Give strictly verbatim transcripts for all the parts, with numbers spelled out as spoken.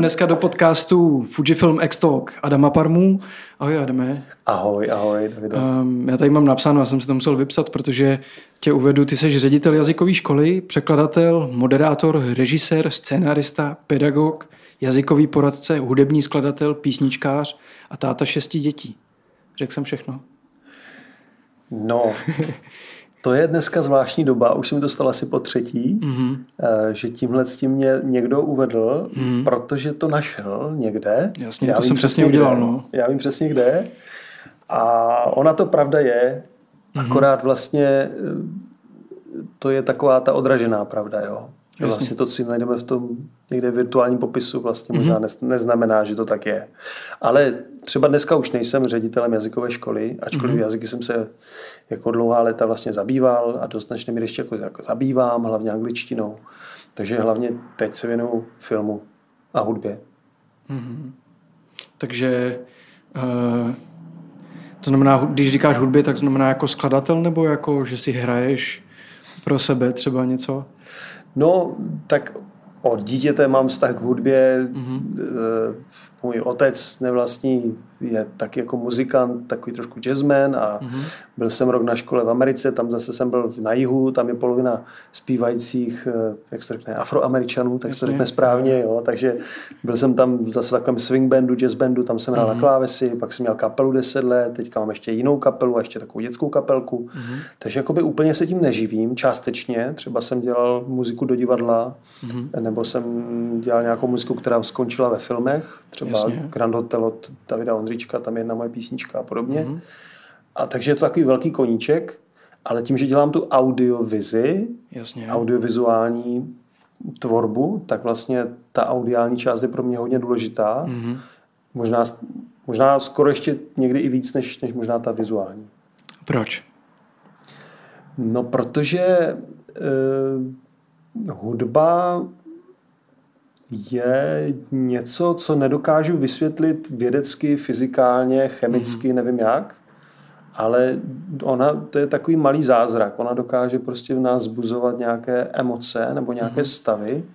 dneska do podcastu Fujifilm X-Talk Adama Parmu. Ahoj Adame. Ahoj, ahoj Davide. Um, já tady mám napsáno, já jsem si to musel vypsat, protože tě uvedu, ty jsi ředitel jazykové školy, překladatel, moderátor, režisér, scénárista, pedagog, jazykový poradce, hudební skladatel, písničkář a táta šesti dětí. Řekl jsem všechno? No, to je dneska zvláštní doba, už jsem to stalo asi po třetí, mm-hmm. že tímhle s tím mě někdo uvedl, mm-hmm. protože to našel někde. Jasně, já to jsem přesně udělal. Kde, no. Já vím přesně kde. A ona to pravda je, mm-hmm. akorát vlastně to je taková ta odražená pravda, jo. Že vlastně to, co si najdeme v tom někde virtuálním popisu, vlastně možná mm-hmm. neznamená, že to tak je. Ale třeba dneska už nejsem ředitelem jazykové školy, ačkoliv mm-hmm. jazyky jsem se jako dlouhá léta vlastně zabýval a do značné míry ještě jako, jako zabývám, hlavně angličtinou. Takže hlavně teď se věnuju filmu a hudbě. Mm-hmm. Takže uh, to znamená, když říkáš hudbě, tak znamená jako skladatel nebo jako, že si hraješ pro sebe třeba něco? No, tak od dítěte mám vztah k hudbě. Mm-hmm. Můj otec nevlastní je taky jako muzikant, takový trošku jazzman a mm-hmm. byl jsem rok na škole v Americe, tam zase jsem byl na jihu, tam je polovina zpívajících, jak se řekne, Afroameričanů, tak se řekne správně, jo, takže byl jsem tam zase v takovém swing bandu, jazz bandu, tam jsem hrál mm-hmm. na klávesi, pak jsem měl kapelu deset let, teďka mám ještě jinou kapelu a ještě takovou dětskou kapelku, mm-hmm. takže jakoby úplně se tím neživím, částečně, třeba jsem dělal muziku do divadla, mm-hmm. nebo jsem dělal nějakou muziku, která skončila ve filmech, třeba Jasně. Grand Hotel od Davida Ondříčka, tam je jedna moje písnička a podobně. Mm-hmm. A takže je to takový velký koníček, ale tím, že dělám tu audiovizi, Jasně. audiovizuální tvorbu, tak vlastně ta audiální část je pro mě hodně důležitá. Mm-hmm. Možná, možná skoro ještě někdy i víc, než, než možná ta vizuální. Proč? No, protože eh, hudba je něco, co nedokážu vysvětlit vědecky, fyzikálně, chemicky, mm-hmm. nevím jak, ale ona, to je takový malý zázrak. Ona dokáže prostě v nás zbuzovat nějaké emoce nebo nějaké mm-hmm. stavy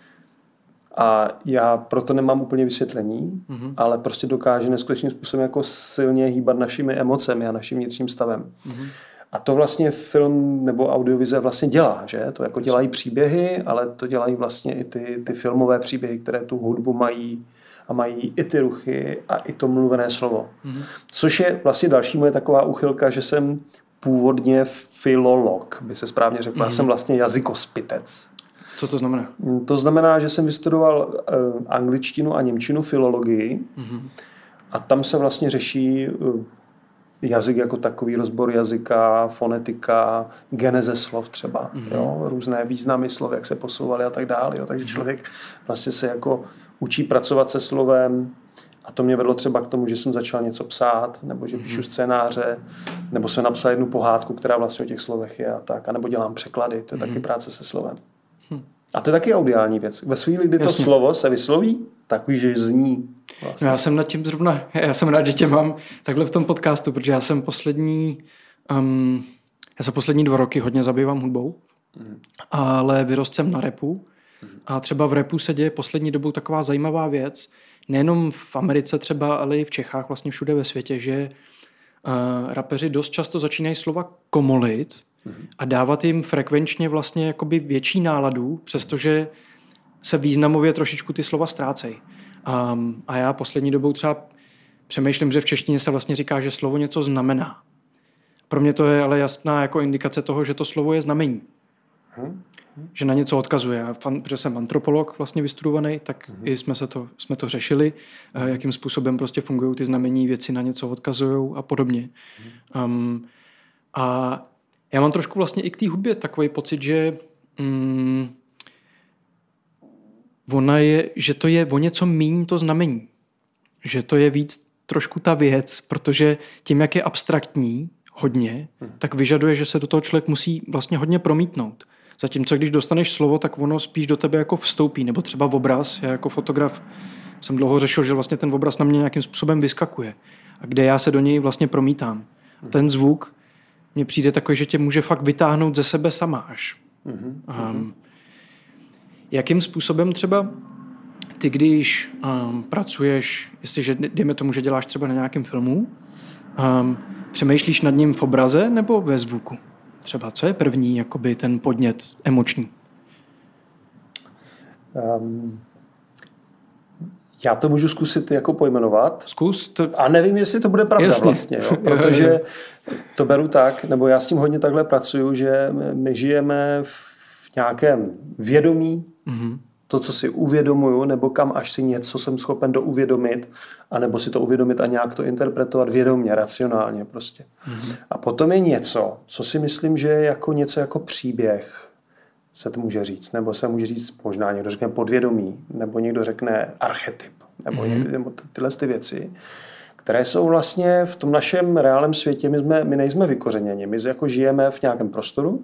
a já proto nemám úplně vysvětlení, mm-hmm. ale prostě dokáže neskutečným způsobem jako silně hýbat našimi emocemi a naším vnitřním stavem. Mm-hmm. A to vlastně film nebo audiovize vlastně dělá, že? To jako dělají příběhy, ale to dělají vlastně i ty, ty filmové příběhy, které tu hudbu mají a mají i ty ruchy a i to mluvené slovo. Mm-hmm. Což je vlastně další moje taková úchylka, že jsem původně filolog, by se správně řekl. Mm-hmm. Já jsem vlastně jazykospitec. Co to znamená? To znamená, že jsem vystudoval uh, angličtinu a němčinu filologii mm-hmm. a tam se vlastně řeší uh, jazyk jako takový, rozbor jazyka, fonetika, geneze slov třeba, mm-hmm. jo, různé významy slov, jak se posouvaly a tak dále. Jo. Takže člověk vlastně se jako učí pracovat se slovem a to mě vedlo třeba k tomu, že jsem začal něco psát, nebo že mm-hmm. píšu scénáře, nebo jsem napsal jednu pohádku, která vlastně o těch slovech je a tak, anebo dělám překlady, to je mm-hmm. taky práce se slovem. Hm. A to je taky audiální věc. Ve chvíli, kdy Jasně. to slovo se vysloví, tak už zní. Vlastně. No já jsem nad tím zrovna, já jsem rád, že tě mám takhle v tom podcastu, protože já jsem poslední, um, já se poslední dva roky hodně zabývám hudbou, mm. ale vyrost jsem na rapu mm. a třeba v rapu se děje poslední dobou taková zajímavá věc, nejenom v Americe třeba, ale i v Čechách, vlastně všude ve světě, že uh, rapeři dost často začínají slova komolit mm. a dávat jim frekvenčně vlastně jakoby větší náladu, přestože se významově trošičku ty slova ztrácejí. Um, a já poslední dobou třeba přemýšlím, že v češtině se vlastně říká, že slovo něco znamená. Pro mě to je ale jasná jako indikace toho, že to slovo je znamení. Hmm. Že na něco odkazuje. A fan, protože jsem antropolog vlastně vystudovaný, tak hmm. i jsme, se to, jsme to řešili, hmm. jakým způsobem prostě fungují ty znamení, věci na něco odkazují a podobně. Hmm. Um, a já mám trošku vlastně i k té hudbě takový pocit, že um, ona je, že to je o něco míň to znamení. Že to je víc trošku ta věc, protože tím, jak je abstraktní hodně, hmm. tak vyžaduje, že se do toho člověk musí vlastně hodně promítnout. Zatímco když dostaneš slovo, tak ono spíš do tebe jako vstoupí. Nebo třeba v obraz. Já jako fotograf jsem dlouho řešil, že vlastně ten obraz na mě nějakým způsobem vyskakuje. A kde já se do něj vlastně promítám. A ten zvuk mně přijde takový, že tě může fakt vytáhnout ze sebe sama až. Hmm. Um, jakým způsobem třeba ty když um, pracuješ, jestliže dejme tomu, že děláš třeba na nějakém filmu, um, přemýšlíš nad ním v obraze nebo ve zvuku? Třeba co je první jakoby ten podnět emoční? Um, já to můžu zkusit jako pojmenovat. Zkus. To... A nevím, jestli to bude pravda. Jasně. Vlastně, jo? Protože to beru tak, nebo já s tím hodně takhle pracuju, že my žijeme v nějakém vědomí, mm-hmm. to, co si uvědomuju, nebo kam až si něco jsem schopen douvědomit, anebo si to uvědomit a nějak to interpretovat vědomě, racionálně prostě. Mm-hmm. A potom je něco, co si myslím, že je jako něco jako příběh, se to může říct, nebo se může říct, možná někdo řekne podvědomí, nebo někdo řekne archetyp, nebo, mm-hmm. někdo, nebo tyhle ty věci, které jsou vlastně v tom našem reálném světě, my, jsme, my nejsme vykořeněni, my jako žijeme v nějakém prostoru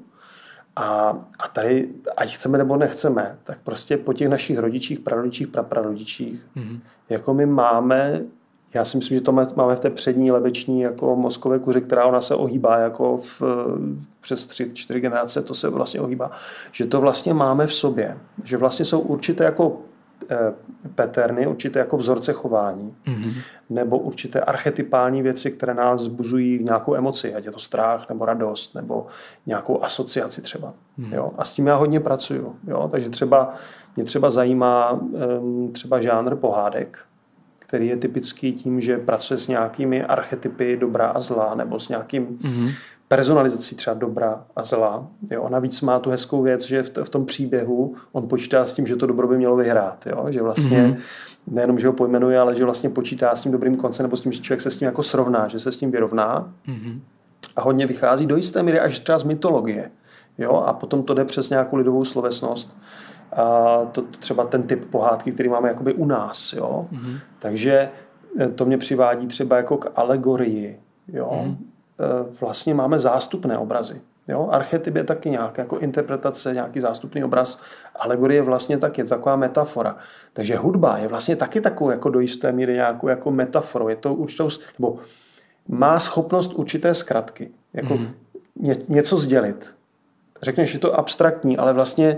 a, a tady, ať chceme nebo nechceme, tak prostě po těch našich rodičích, prarodičích, praprarodičích, mm-hmm. jako my máme, já si myslím, že to máme v té přední lebeční jako mozkové kuře, která ona se ohýbá jako v, přes tři, čtyři generace, to se vlastně ohýbá, že to vlastně máme v sobě, že vlastně jsou určité jako paterny, určité jako vzorce chování, mm-hmm. nebo určité archetypální věci, které nás vzbuzují nějakou emoci, ať je to strach, nebo radost, nebo nějakou asociaci třeba. Mm-hmm. Jo? A s tím já hodně pracuju. Jo? Takže třeba mě třeba zajímá um, třeba žánr pohádek, který je typický tím, že pracuje s nějakými archetypy dobra a zla, nebo s nějakým mm-hmm. personalizací třeba dobra a zla. Jo, a navíc má tu hezkou věc, že v, t- v tom příběhu on počítá s tím, že to dobro by mělo vyhrát. Jo? Že vlastně mm-hmm. nejenom, že ho pojmenuje, ale že vlastně počítá s tím dobrým koncem, nebo s tím, že člověk se s tím jako srovná, že se s tím vyrovná. Mm-hmm. A hodně vychází do jisté míry až třeba z mytologie. Jo? A potom to jde přes nějakou lidovou slovesnost. A to třeba ten typ pohádky, který máme jakoby u nás. Jo? Mm-hmm. Takže to mě přivádí třeba jako k alegorii. Jo? Mm-hmm. Vlastně máme zástupné obrazy. Jo? Archetyp je taky nějaká jako interpretace, nějaký zástupný obraz. Alegorie vlastně taky je to taková metafora. Takže hudba je vlastně taky takovou jako do jisté míry nějakou jako metaforou. Je to určitou, nebo má schopnost určité zkratky. Jako mm-hmm. ně, něco sdělit. Řekneš, že je to abstraktní, ale vlastně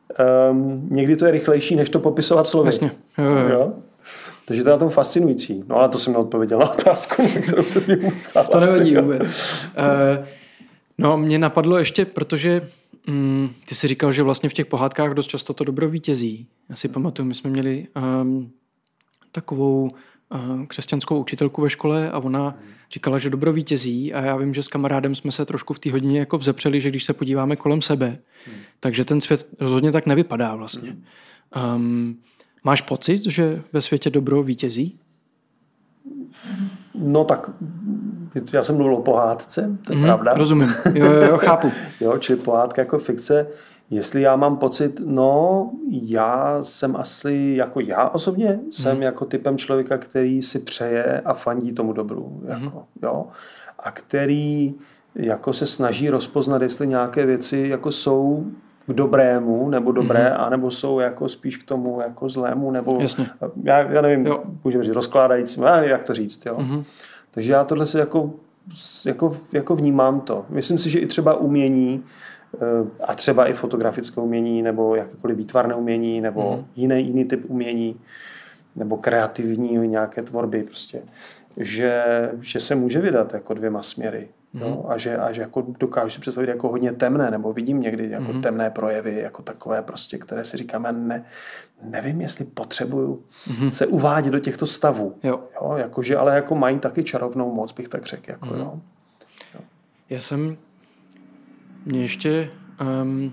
um, někdy to je rychlejší, než to popisovat slovy. Jasně. Jo, jo. Jo? Takže to je na tom fascinující. No ale to jsem neodpověděl na otázku, na kterou se mi ptala. To nevadí vůbec. Uh, no mě napadlo ještě, protože um, ty jsi říkal, že vlastně v těch pohádkách dost často to dobro vítězí. Já si pamatuju, my jsme měli um, takovou uh, křesťanskou učitelku ve škole a ona říkala, že dobro vítězí a já vím, že s kamarádem jsme se trošku v té hodině jako vzepřeli, že když se podíváme kolem sebe, hmm. takže ten svět rozhodně tak nevypadá vlastně. Um, Máš pocit, že ve světě dobro vítězí? No tak, já jsem mluvil o pohádce, to je mm, pravda. Rozumím, jo, jo, jo, chápu. Jo, čili pohádka jako fikce. Jestli já mám pocit, no, já jsem asi, jako já osobně, jsem mm. jako typem člověka, který si přeje a fandí tomu dobru. Jako, mm. jo, a který jako se snaží rozpoznat, jestli nějaké věci jako jsou k dobrému, nebo dobré, mm-hmm. anebo jsou jako spíš k tomu jako zlému, nebo já, já nevím, jo. můžeme říct rozkládajícím, já nevím, jak to říct. Jo. Mm-hmm. Takže já tohle si jako, jako, jako vnímám to. Myslím si, že i třeba umění, a třeba i fotografické umění, nebo jakékoliv výtvarné umění, nebo mm-hmm. jiný, jiný typ umění, nebo kreativní nějaké tvorby prostě, že, že se může vydat jako dvěma směry. Mm-hmm. No, a že, a že jako dokážu si představit jako hodně temné, nebo vidím někdy jako mm-hmm. temné projevy, jako takové prostě, které si říkáme, ne, nevím, jestli potřebuju mm-hmm. se uvádět do těchto stavů. Jo. Jo, jakože, ale jako mají taky čarovnou moc, bych tak řekl. Jako, mm-hmm. jo. Jo. Já jsem mě ještě um,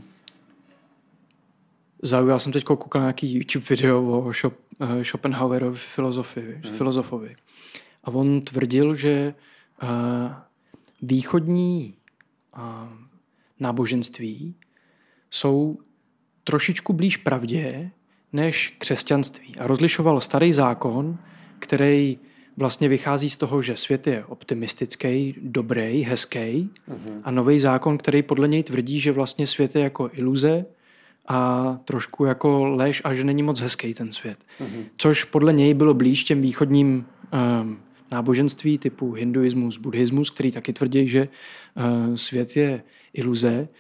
zaujal jsem teď koukal nějaký YouTube video o Schop, uh, Schopenhauerovi filozofii, mm-hmm. filozofovi. A on tvrdil, že uh, východní uh, náboženství jsou trošičku blíž pravdě než křesťanství. A rozlišoval starý zákon, který vlastně vychází z toho, že svět je optimistický, dobrý, hezký, mm-hmm. a nový zákon, který podle něj tvrdí, že vlastně svět je jako iluze a trošku jako lež a že není moc hezký ten svět. Mm-hmm. Což podle něj bylo blíž těm východním um, náboženství typu hinduismus, buddhismus, který taky tvrdí, že uh, svět je iluze.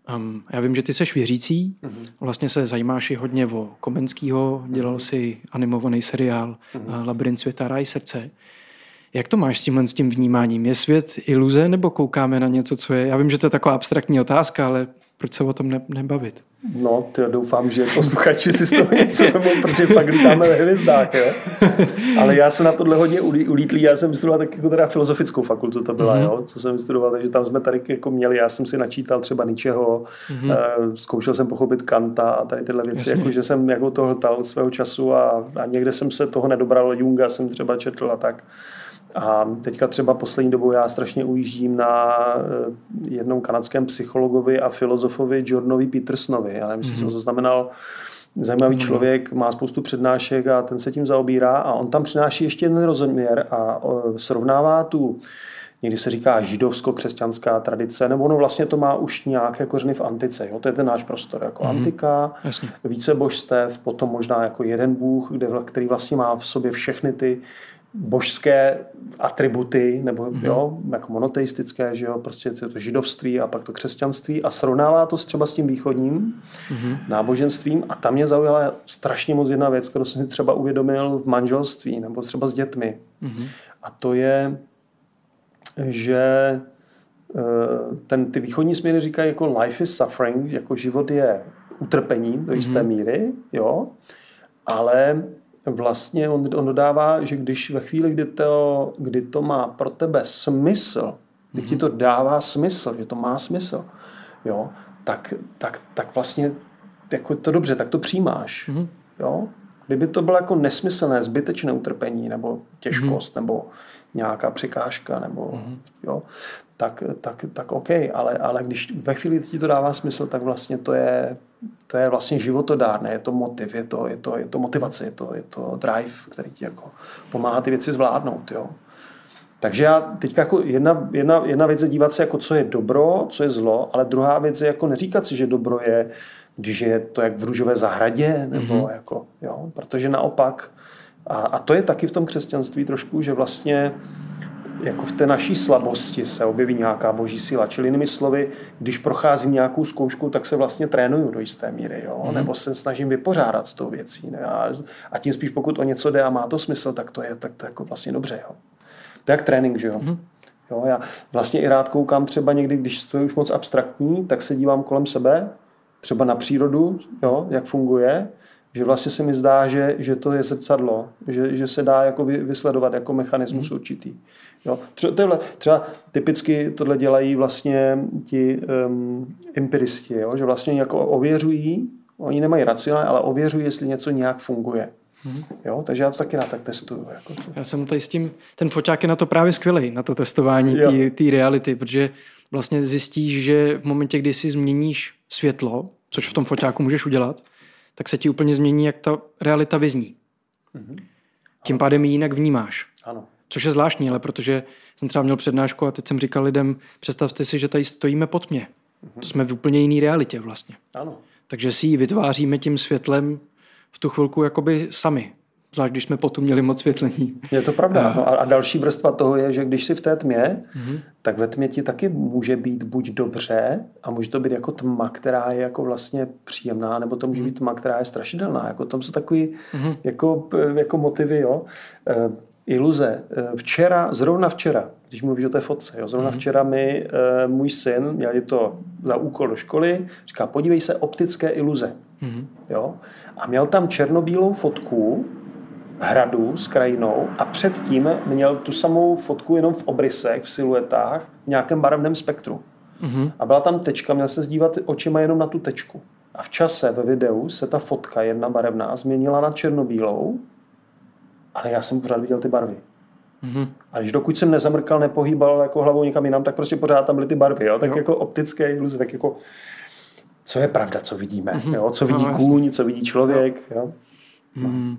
Um, já vím, že ty seš věřící, mm-hmm. vlastně se zajímáš i hodně o Komenskýho, dělal mm-hmm. si animovaný seriál mm-hmm. Labyrint světa, ráj srdce. Jak to máš s tímhle s tím vnímáním? Je svět iluze nebo koukáme na něco, co je? Já vím, že to je taková abstraktní otázka, ale proč se o tom ne, nebavit? No, tyjo, doufám, že posluchači si z toho něco vemou, protože pak lítáme ve hvězdách, jo? Ale já jsem na tohle hodně ulítlý, já jsem studoval tak jako teda filozofickou fakultu to byla, mm-hmm. jo, co jsem studoval, takže tam jsme tady jako měli, já jsem si načítal třeba Nietzscheho, mm-hmm. zkoušel jsem pochopit Kanta a tady tyhle věci, jako že jsem jako to hltal svého času a, a někde jsem se toho nedobral, Junga jsem třeba četl a tak. A teďka třeba poslední dobou já strašně ujíždím na jednom kanadském psychologovi a filozofovi Jordanovi Petersonovi. Já nevím, jestli mm-hmm. jsem to znamenal. Zajímavý mm-hmm. člověk, má spoustu přednášek a ten se tím zaobírá a on tam přináší ještě jeden rozměr a srovnává tu, někdy se říká židovsko-křesťanská tradice, nebo ono vlastně to má už nějaké kořeny v antice. Jo? To je ten náš prostor, jako mm-hmm. antika, Jasně. více božstev, potom možná jako jeden bůh, kde, který vlastně má v sobě všechny ty božské atributy, nebo mm-hmm. jo, jako monoteistické, že jo, prostě je to židovství a pak to křesťanství a srovnává to třeba s tím východním mm-hmm. náboženstvím a tam mě zaujala strašně moc jedna věc, kterou jsem si třeba uvědomil v manželství nebo třeba s dětmi. Mm-hmm. A to je, že ten, ty východní směry říkají jako life is suffering, jako život je utrpení do jisté mm-hmm. míry, jo, ale vlastně on, on dodává, že když ve chvíli, kdy to, kdy to má pro tebe smysl, kdy mm-hmm. ti to dává smysl, že to má smysl, jo, tak, tak, tak vlastně jako to dobře, tak to přijímáš. Mm-hmm. Jo? Kdyby to bylo jako nesmyslné, zbytečné utrpení nebo těžkost mm-hmm. nebo nějaká překážka nebo mm-hmm. jo, tak, tak, tak OK, ale, ale když ve chvíli ti to dává smysl, tak vlastně to je, to je vlastně životodárné, je to motiv, je to, je to, je to motivace, je to, je to drive, který ti jako pomáhá ty věci zvládnout. Jo. Takže já teďka jako jedna, jedna, jedna věc je dívat se, jako co je dobro, co je zlo, ale druhá věc je jako neříkat si, že dobro je, když je to jak v růžové zahradě, nebo mm-hmm. jako, jo, protože naopak, a, a to je taky v tom křesťanství trošku, že vlastně jako v té naší slabosti se objeví nějaká boží síla. Čili jinými slovy, když procházím nějakou zkoušku, tak se vlastně trénuju do jisté míry, jo? Mm. nebo se snažím vypořádat s tou věcí. Ne? A tím spíš pokud o něco jde a má to smysl, tak to je tak to jako vlastně dobře. Jo? To je jak trénink, že jo? Mm. Jo, já vlastně i rád koukám třeba někdy, když to je už moc abstraktní, tak se dívám kolem sebe, třeba na přírodu, jo, jak funguje, že vlastně se mi zdá, že, že to je zrcadlo, že, že se dá jako vysledovat jako mechanismus mm. určitý. Jo. Třeba, třeba typicky tohle dělají vlastně ti um, empiristi, jo, že vlastně jako ověřují, oni nemají racionálně, ale ověřují, jestli něco nějak funguje. Mm. Jo, takže já to taky rád tak testuju. Jako já jsem tady s tím, ten foťák je na to právě skvělej, na to testování té reality, protože vlastně zjistíš, že v momentě, kdy si změníš světlo, což v tom foťáku můžeš udělat, tak se ti úplně změní, jak ta realita vyzní. Mm-hmm. Tím pádem ji jinak vnímáš. Ano. Což je zvláštní, ale protože jsem třeba měl přednášku a teď jsem říkal lidem, představte si, že tady stojíme pod mě. Mm-hmm. To jsme v úplně jiný realitě vlastně. Ano. Takže si ji vytváříme tím světlem v tu chvilku jakoby sami. Zvlášť, když jsme potom měli moc světlení. Je to pravda. No a další vrstva toho je, že když jsi v té tmě, mm-hmm. tak ve tmě ti taky může být buď dobře a může to být jako tma, která je jako vlastně příjemná, nebo to může být tma, která je strašidelná. Jako tam jsou takový mm-hmm. jako, jako motivy, jo. E, iluze. E, včera, zrovna včera, když mluvíš o té fotce, jo, zrovna mm-hmm. včera mi e, můj syn, měl to za úkol do školy, říká, podívej se, optické iluze. Mm-hmm. Jo. A měl tam černobílou fotku hradu s krajinou a předtím měl tu samou fotku jenom v obrysech, v siluetách, v nějakém barevném spektru. Mm-hmm. A byla tam tečka, měl se dívat očima jenom na tu tečku. A v čase ve videu se ta fotka jedna barevná změnila na černobílou, ale já jsem pořád viděl ty barvy. Mm-hmm. A když dokud jsem nezamrkal, nepohýbal jako hlavou někam jinam, tak prostě pořád tam byly ty barvy. Jo? Tak jo. Jako optické iluze, tak jako co je pravda, co vidíme. Mm-hmm. Jo? Co vidí no, kůň, co vidí člověk. Jo? Jo? No. Mm.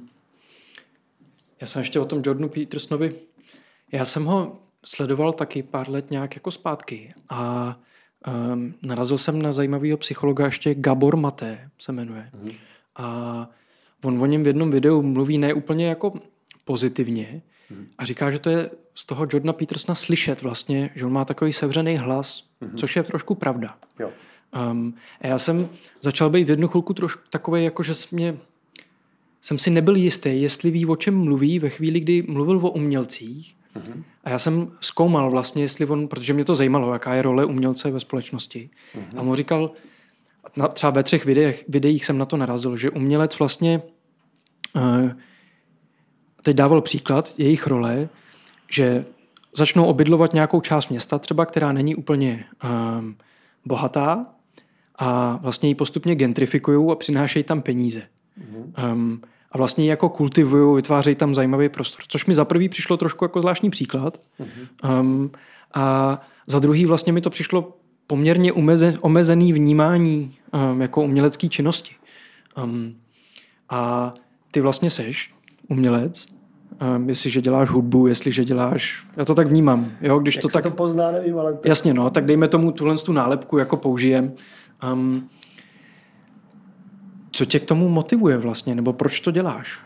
Já jsem ještě o tom Jordanu Petersonovi. Já jsem ho sledoval taky pár let nějak jako zpátky a um, narazil jsem na zajímavého psychologa, ještě Gabor Maté se jmenuje. Mm. A on o něm v jednom videu mluví ne úplně jako pozitivně mm. a říká, že to je z toho Jordana Petersona slyšet vlastně, že on má takový sevřený hlas, mm. což je trošku pravda. Jo. Um, a já jsem začal být v jednu chvilku trošku takovej, jako že mě, jsem si nebyl jistý, jestli ví, o čem mluví ve chvíli, kdy mluvil o umělcích. Mm-hmm. A já jsem zkoumal vlastně, jestli on, protože mě to zajímalo, jaká je role umělce ve společnosti. Mm-hmm. A on říkal, na, třeba ve třech videích, videích jsem na to narazil, že umělec vlastně, uh, teď dával příklad, jejich role, že začnou obydlovat nějakou část města třeba, která není úplně um, bohatá a vlastně ji postupně gentrifikují a přinášejí tam peníze. Mm-hmm. Um, a vlastně ji jako kultivují, vytvářejí tam zajímavý prostor. Což mi za prvý přišlo trošku jako zvláštní příklad. Mm-hmm. Um, a za druhý vlastně mi to přišlo poměrně umeze, omezený vnímání um, jako umělecké činnosti. Um, a ty vlastně seš umělec, um, jestliže děláš hudbu, jestliže děláš... Já to tak vnímám. Jo? Když Jak to se tak... to pozná, nevím, ale... To... Jasně, no, tak dejme tomu tuhle tu nálepku, jako použijem. Um, co tě k tomu motivuje vlastně, nebo proč to děláš?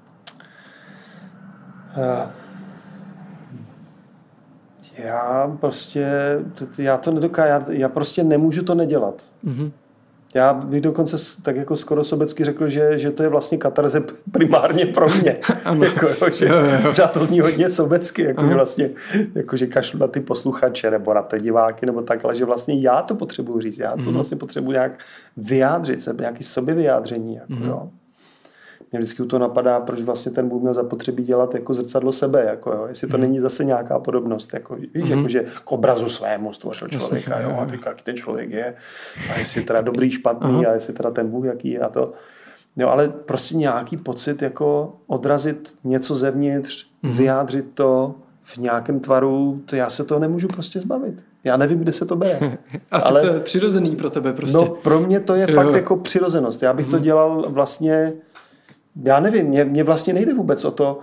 Já prostě, já to nedokážu, já, já prostě nemůžu to nedělat. Mm-hmm. Já bych dokonce tak jako skoro sobecky řekl, že, že to je vlastně katarze primárně pro mě. jako, jo, že, jo, jo. Možná to zní hodně sobecky, jako, že vlastně, jako, že kašlu na ty posluchače nebo na ty diváky nebo tak, ale že vlastně já to potřebuji říct. Já to mm-hmm. vlastně potřebuji nějak vyjádřit, sebe, nějaký sebevyjádření. Jako, mm-hmm. jo. Mě vždycky to napadá, proč vlastně ten Bůh měl zapotřebí dělat jako zrcadlo sebe, jako jo, jestli to mm. není zase nějaká podobnost, jako víš, mm. jako, že k obrazu svému stvořil člověka, Jasně, jo, jo, a říká, jaký ten člověk je, a jestli teda dobrý, špatný, Aha. a jestli teda ten Bůh, jaký je a to. Jo, ale prostě nějaký pocit, jako odrazit něco zevnitř, mm. vyjádřit to v nějakém tvaru, to já se toho nemůžu prostě zbavit. Já nevím, kde se to bere. Asi ale, to je přirozený pro tebe prostě. No pro mě to je jo. fakt jako přirozenost. Já bych mm. to dělal vlastně Já nevím, mě, mě vlastně nejde vůbec o to,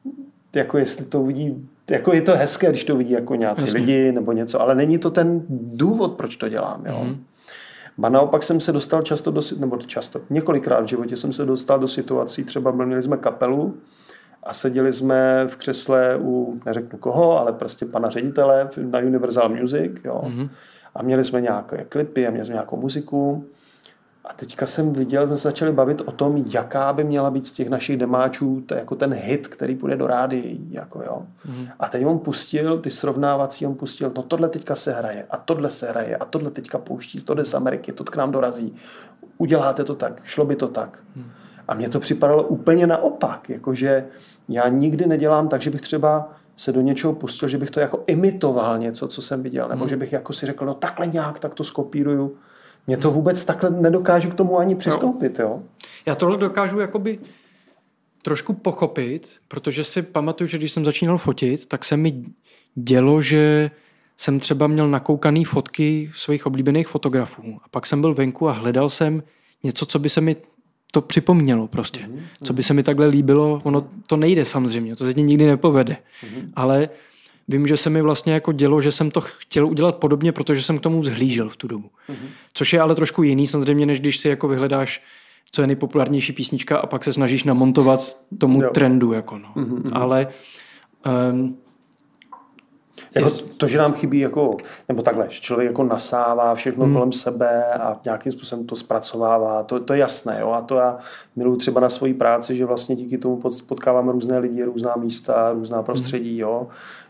jako jestli to vidí, jako je to hezké, když to vidí jako nějací Jasně. lidi nebo něco, ale není to ten důvod, proč to dělám. Jo? Mm-hmm. Ba naopak jsem se dostal často, do, nebo často, několikrát v životě jsem se dostal do situací, třeba měli jsme kapelu a seděli jsme v křesle u, neřeknu koho, ale prostě pana ředitele na Universal Music, jo? Mm-hmm. A měli jsme nějaké klipy a měli jsme nějakou muziku. A teďka jsem viděl, jsme se začali bavit o tom, jaká by měla být z těch našich demáčů to jako ten hit, který půjde do rádií. Jako jo. Mm. A teď on pustil, ty srovnávací, on pustil, no tohle teďka se hraje a tohle se hraje a tohle teďka pouští, to jde z Ameriky, to k nám dorazí. Uděláte to tak, šlo by to tak. Mm. A mně to připadalo úplně naopak, jakože já nikdy nedělám tak, že bych třeba se do něčeho pustil, že bych to jako imitoval něco, co jsem viděl, nebo mm. že bych jako si řekl, no takhle nějak, tak to skopíruju. Mě to vůbec takhle nedokážu k tomu ani přistoupit, jo. Já tohle dokážu jakoby trošku pochopit, protože si pamatuju, že když jsem začínal fotit, tak se mi dělo, že jsem třeba měl nakoukaný fotky svých oblíbených fotografů. A pak jsem byl venku a hledal jsem něco, co by se mi to připomnělo prostě. Mm-hmm. Co by se mi takhle líbilo. Ono to nejde samozřejmě, to se nikdy nepovede. Mm-hmm. Ale vím, že se mi vlastně jako dělo, že jsem to chtěl udělat podobně, protože jsem k tomu zhlížel v tu dobu. Mm-hmm. Což je ale trošku jiný samozřejmě, než když si jako vyhledáš, co je nejpopulárnější písnička a pak se snažíš namontovat tomu jo. trendu. Jako no. Mm-hmm. Ale um, jako to, že nám chybí, jako, nebo takhle, že člověk jako nasává všechno mm. kolem sebe a nějakým způsobem to zpracovává, to, to je jasné. Jo? A to já miluji třeba na svojí práci, že vlastně díky tomu potkáváme různé lidi, různá místa, různá prostředí. Mm. Jo?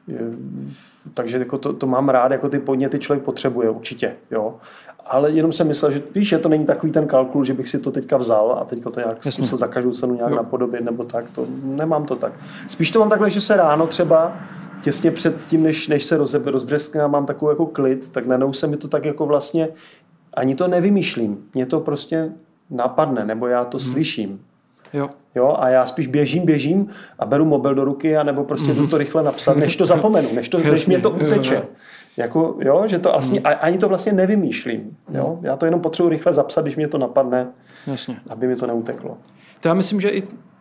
Takže jako to, to mám rád, jako ty podněty člověk potřebuje určitě. Jo? Ale jenom jsem myslel, že víš, že to není takový ten kalkul, že bych si to teďka vzal a teďka to nějak zkusil za každou cenu nějak jo. napodobit nebo tak. To, nemám to tak. Spíš to mám takhle, že se ráno třeba těsně před tím, než, než se roze, rozbřeskne a mám takový jako klid, tak najednou se mi to tak jako vlastně ani to nevymýšlím. Mně to prostě napadne, nebo já to hmm. slyším. Jo. Jo, a já spíš běžím, běžím a beru mobil do ruky a nebo prostě mm. jdu to rychle napsat, než to zapomenu, než, to, než mě to uteče. Jako, jo, že to vlastně, mm. ani to vlastně nevymýšlím. Jo? Já to jenom potřebuji rychle zapsat, když mě to napadne, Jasně. aby mi to neuteklo. To já myslím, že i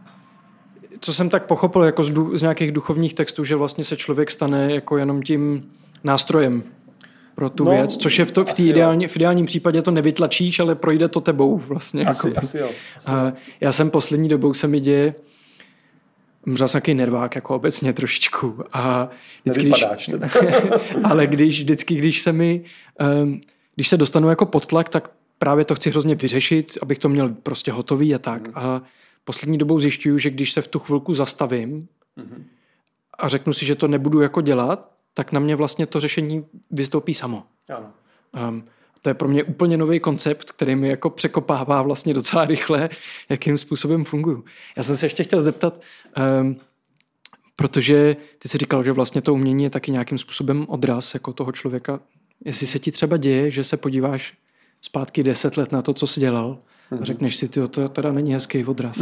co jsem tak pochopil jako z, du, z nějakých duchovních textů, že vlastně se člověk stane jako jenom tím nástrojem pro tu no, věc, což je v, to, v, ideální, v ideálním případě to nevytlačíš, ale projde to tebou vlastně. Asi, jako. asi jo. Asi a já jsem poslední dobou se mi děje, možná jsem nějaký nervák jako obecně trošičku. A vždycky, Nevypadáš když, ale když, vždycky, když se mi um, když se dostanu jako pod tlak, tak právě to chci hrozně vyřešit, abych to měl prostě hotový a tak. Mm. A poslední dobou zjišťuju, že když se v tu chvilku zastavím mm. a řeknu si, že to nebudu jako dělat, tak na mě vlastně to řešení vystoupí samo. Ano. Um, to je pro mě úplně nový koncept, který mi jako překopává vlastně docela rychle, jakým způsobem funguju. Já jsem se ještě chtěl zeptat, um, protože ty jsi říkal, že vlastně to umění je taky nějakým způsobem odraz jako toho člověka. Jestli se ti třeba děje, že se podíváš zpátky deset let na to, co jsi dělal, a řekneš si, tyjo, to teda není hezký odraz.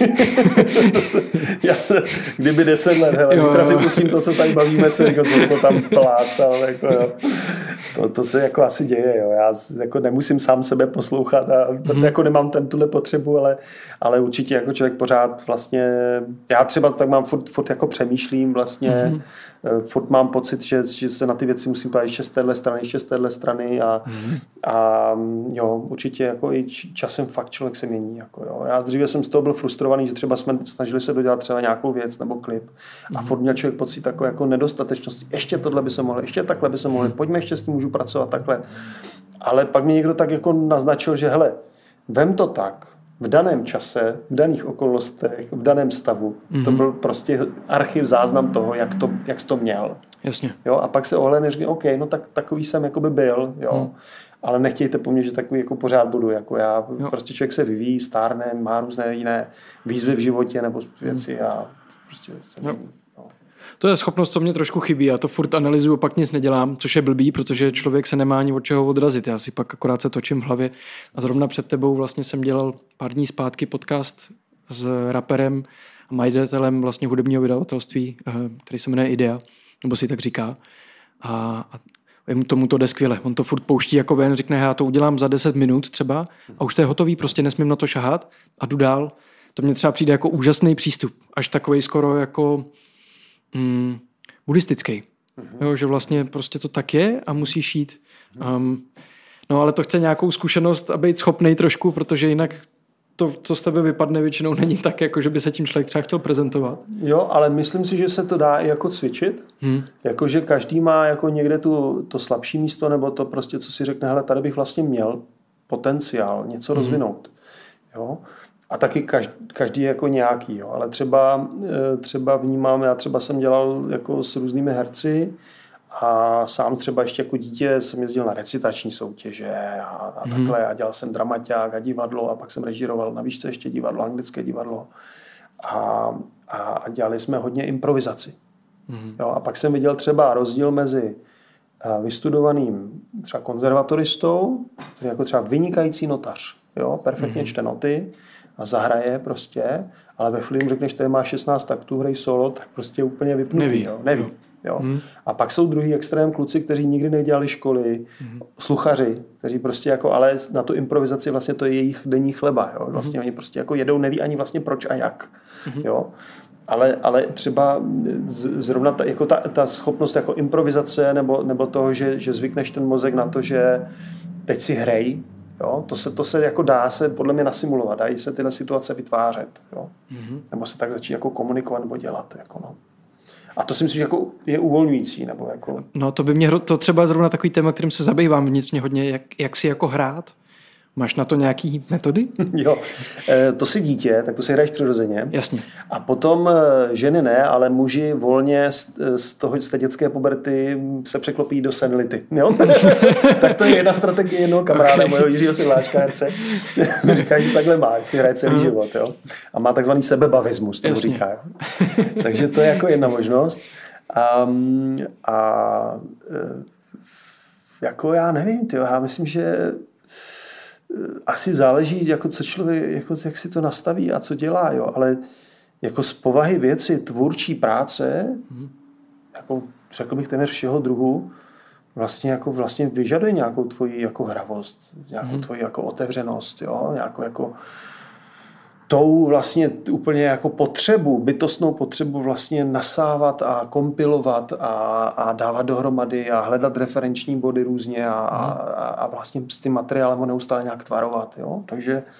Já, kdyby deset let, hele, jo, zítra si pustím to, co tady bavíme se, jako, co jsi to tam plácal, jako, jo. To, to se jako asi děje, jo. Já jako nemusím sám sebe poslouchat a mm-hmm. jako nemám ten tuhle potřebu, ale, ale určitě jako člověk pořád vlastně, já třeba tak mám furt, furt jako přemýšlím vlastně, mm-hmm. furt mám pocit, že, že se na ty věci musím podívat ještě z téhle strany, ještě z téhle strany a, mm-hmm. a jo, určitě jako i časem fakt člověk se mění. Jako, jo. Já dříve jsem z toho byl frustrovaný, že třeba jsme snažili se dodělat třeba nějakou věc nebo klip mm-hmm. a furt měl člověk pocit takové jako nedostatečnosti. Ještě tohle by se mohlo, ještě takhle by se mohlo, pojďme ještě s tím můžu pracovat takhle. Ale pak mi někdo tak jako naznačil, že hele, vem to tak, v daném čase, v daných okolnostech, v daném stavu. Mm-hmm. To byl prostě archiv, záznam toho, jak, to, jak jsi to měl. Jasně. Jo, a pak se ohledne, řekne, OK, no tak takový jsem jakoby byl, jo. Mm. Ale nechtějte po mně, že takový jako pořád budu. Jako já, jo. Prostě člověk se vyvíjí, stárne, má různé jiné výzvy v životě nebo věci mm. a prostě se mění. No. To je schopnost, co mě trošku chybí. Já to furt analyzuju, pak nic nedělám, což je blbý, protože člověk se nemá ani od čeho odrazit. Já si pak akorát se točím v hlavě. A zrovna před tebou vlastně jsem dělal pár dní zpátky podcast s raperem a majitelem vlastně hudebního vydavatelství, který se jmenuje Idea, nebo si tak říká. A, a tomu to jde skvěle. On to furt pouští jako ven, řekne, já to udělám za deset minut třeba a už to je hotový, prostě nesmím na to šahat a jdu dál. To mně třeba přijde jako úžasný přístup. Až takovej skoro jako mm, buddhistický. Mm-hmm. Jo, že vlastně prostě to tak je a musíš jít. Um, no ale to chce nějakou zkušenost a být schopnej trošku, protože jinak to, co z tebe vypadne, většinou není tak, jako že by se tím člověk třeba chtěl prezentovat. Jo, ale myslím si, že se to dá i jako cvičit. Hmm. Jako, že každý má jako někde tu, to slabší místo, nebo to prostě, co si řekne, hele, tady bych vlastně měl potenciál něco hmm. rozvinout. Jo. A taky každý, každý je jako nějaký, jo. Ale třeba, třeba vnímám, já třeba jsem dělal jako s různými herci a sám třeba ještě jako dítě jsem jezdil na recitační soutěže a, a takhle. Hmm. A dělal jsem dramaťák a divadlo a pak jsem režíroval na výšce ještě divadlo, anglické divadlo. A, a, a dělali jsme hodně improvizaci. Hmm. Jo, a pak jsem viděl třeba rozdíl mezi vystudovaným třeba konzervatoristou, který jako třeba vynikající notař, jo, perfektně hmm. čte noty a zahraje prostě, ale ve chvíli mu řekneš, že má šestnáct taktů, hrej solo, tak prostě úplně vypnutý. Neví. Jo, neví. Jo. Hmm. A pak jsou druhý extrém kluci, kteří nikdy nedělali školy, hmm. sluchaři, kteří prostě jako, ale na tu improvizaci vlastně to je jejich denní chleba. Jo. Vlastně hmm. oni prostě jako jedou, neví ani vlastně proč a jak. Hmm. Jo. Ale, ale třeba zrovna ta, jako ta, ta schopnost jako improvizace nebo, nebo toho, že, že zvykneš ten mozek na to, že teď si hrej, jo, to se, to se jako dá se podle mě nasimulovat, dají se tyhle situace vytvářet, jo. Mm-hmm. Nebo se tak začít jako komunikovat nebo dělat, jako no. A to si myslím, že jako je uvolňující, nebo jako... No to by mě, to třeba zrovna takový téma, kterým se zabývám vnitřně hodně, jak, jak si jako hrát. Máš na to nějaký metody? Jo, to si dítě, tak to si hraješ přirozeně. Jasně. A potom ženy ne, ale muži volně z toho z té dětské puberty se překlopí do senility. Jo? Tak to je jedna strategie jednoho kamaráda, okay. Mojho Jiřího Sedláčka, herce. Říká, že takhle máš, si hraje celý uh-huh. život. Jo? A má takzvaný sebebavismus, tomu Jasně. říká. Jo? Takže to je jako jedna možnost. Um, a jako já nevím, tyjo, já myslím, že asi záleží, jako co člověk, jako jak si to nastaví a co dělá, jo, ale jako z povahy věci, tvůrčí práce, mm. jako řekl bych téměř všeho druhu, vlastně jako vlastně vyžaduje nějakou tvoji jako hravost, nějakou mm. tvoji jako otevřenost, jo, nějakou jako tou vlastně úplně jako potřebu, bytostnou potřebu vlastně nasávat a kompilovat a, a dávat dohromady a hledat referenční body různě a, a, a vlastně s tím materiálem ho neustále nějak tvarovat. Jo? Takže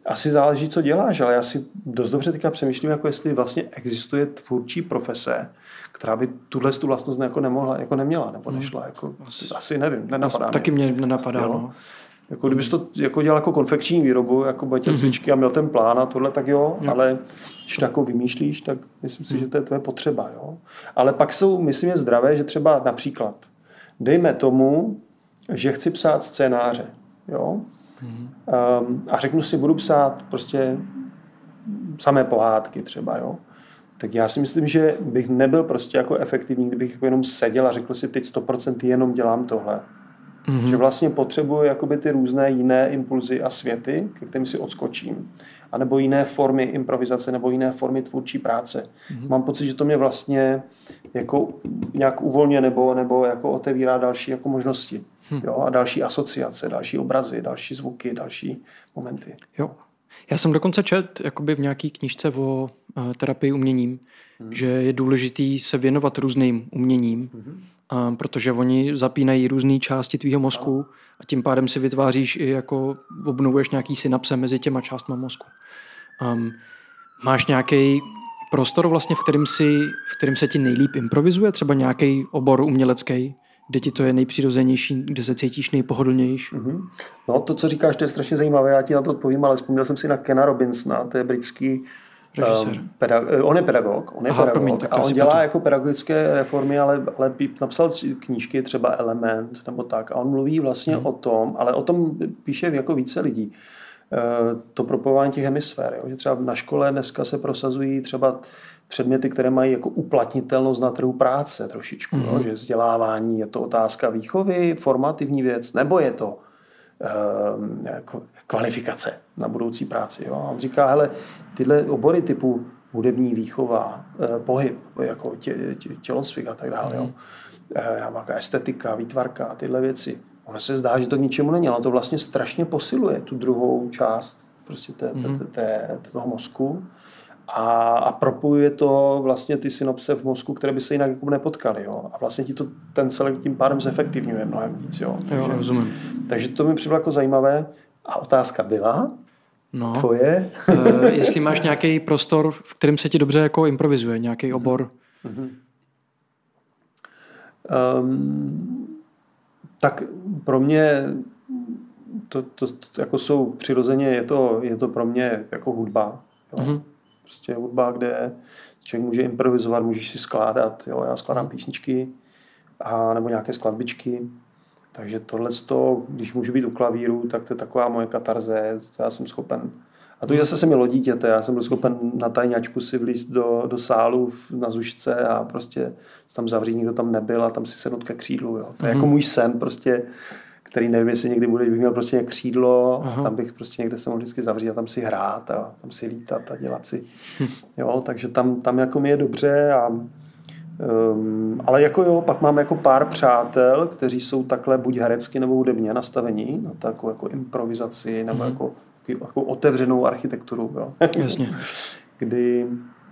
asi záleží, co děláš, ale já si dost dobře teďka přemýšlím, jako jestli vlastně existuje tvůrčí profese, která by tuhle tu vlastnost jako nemohla, jako neměla, nebo nešla. Jako, asi, asi nevím, nenapadá. Taky mě nenapadá, jo. No. Jako kdybys to jako dělal jako konfekční výrobu, jako bude tět cvičky a měl ten plán a tohle, tak jo, jo. Ale když to jako vymýšlíš, tak myslím si, že to je tvoje potřeba. Jo. Ale pak jsou, myslím, je zdravé, že třeba například, dejme tomu, že chci psát scénáře, jo, mm. um, a řeknu si, budu psát prostě samé pohádky třeba, jo. Tak já si myslím, že bych nebyl prostě jako efektivní, kdybych jako jenom seděl a řekl si, teď sto procent jenom dělám tohle. Mm-hmm. Že vlastně potřebuji jakoby ty různé jiné impulzy a světy, ke kterým si odskočím. A nebo jiné formy improvizace, nebo jiné formy tvůrčí práce. Mm-hmm. Mám pocit, že to mě vlastně jako nějak uvolňuje nebo, nebo jako otevírá další jako možnosti. Mm. Jo? A další asociace, další obrazy, další zvuky, další momenty. Jo. Já jsem dokonce čet jakoby v nějaký knížce o uh, terapii uměním, mm. že je důležitý se věnovat různým uměním, mm. Um, protože oni zapínají různé části tvýho mozku a tím pádem si vytváříš i jako obnovuješ nějaký synapse mezi těma částma mozku. Um, máš nějaký prostor vlastně, v kterém, si, v kterém se ti nejlíp improvizuje? Třeba nějaký obor umělecký, kde ti to je nejpřirozenější, kde se cítíš nejpohodlnější? Mm-hmm. No to, co říkáš, to je strašně zajímavé, já ti na to odpovím, ale vzpomněl jsem si na Kena Robinsona, to je britský režisér. Um, pedag- on je pedagog, on je Aha, pedagog promiň, a on dělá jako pedagogické reformy, ale, ale napsal knížky třeba Element nebo tak a on mluví vlastně hmm. o tom, ale o tom píše jako více lidí. Uh, to propojování těch hemisfér, jo? Že třeba na škole dneska se prosazují třeba předměty, které mají jako uplatnitelnost na trhu práce trošičku, hmm. jo? Že vzdělávání je to otázka výchovy, formativní věc, nebo je to jako kvalifikace na budoucí práci. Jo? A on říká, hele, tyhle obory typu hudební výchova, pohyb, jako tě, tě, tělocvik a tak dále, jo? Nějaká estetika, výtvarka a tyhle věci. Ono se zdá, že to k ničemu není, ale to vlastně strašně posiluje tu druhou část prostě té, mm. té, té, toho mozku a, a propojuje to vlastně ty synapse v mozku, které by se jinak jako nepotkaly. Jo? A vlastně ti to ten celek tím pádem zefektivňuje mnohem víc. Jo? Takže, jo, rozumím. Takže to mi přišlo jako zajímavé. A otázka byla no, tvoje? uh, jestli máš nějaký prostor, v kterém se ti dobře jako improvizuje, nějaký obor? Mm-hmm. Um, tak pro mě to, to, to jako jsou přirozeně, je to, je to pro mě jako hudba. Jo? Mm-hmm. Prostě hudba, kde člověk může improvizovat, můžeš si skládat. Jo? Já skládám písničky a, nebo nějaké skladbičky. Takže tohle, když můžu být u klavíru, tak to je taková moje katarze. Já jsem schopen. A to zase jsem měl dítěte. Já jsem byl schopen na tajňačku si vlízt do, do sálu na zušce a prostě tam zavřít, nikdo tam nebyl a tam si sednout ke křídlu. Jo? To je mm. jako můj sen, prostě, který nevím, jestli někdy bude, bych měl prostě nějak křídlo a tam bych prostě někde se mohl vždycky zavřít a tam si hrát a tam si lítat a dělat si. Jo? Takže tam, tam jako mi je dobře a Um, ale jako jo, pak mám jako pár přátel, kteří jsou takhle buď herecky nebo hudebně nastavení na takovou jako improvizaci nebo mm. jako, jako otevřenou architekturu. Jo. Jasně. Kdy